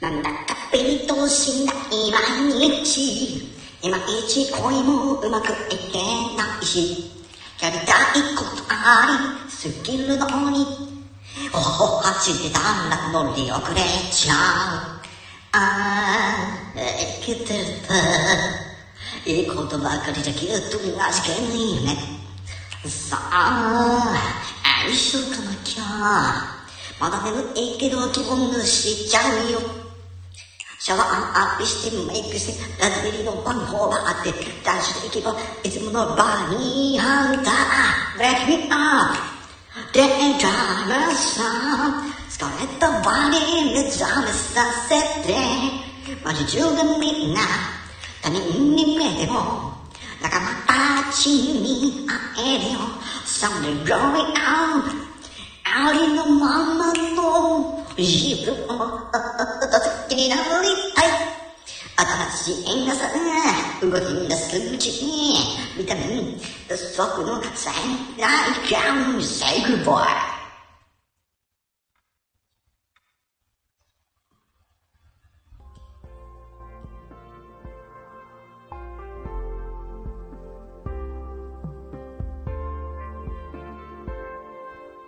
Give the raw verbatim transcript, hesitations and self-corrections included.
なんだかピリとしない毎日、いまいち恋もうまくいけないし、やりたいことありすぎるのに、ほほ走ってたら乗り遅れちゃう。あー、生きてるいいことばかりじゃきっと味気ないよね。さあ、愛しとかなきゃ。まだ眠いけど気分がしちゃうよ。シャワー浴びしてメイクしてラズベリーのパンホーバーってダッシュでいけばいつものバーニーハンター Break me up デンジャーさ疲れたバディ目覚めさせて街中でみんな他人に見えても仲間たちに会えるよ Something going on ありのままの自分を好きになりたい。新しい朝動き出すうちにビタミン不足のサインないかも Say goodbye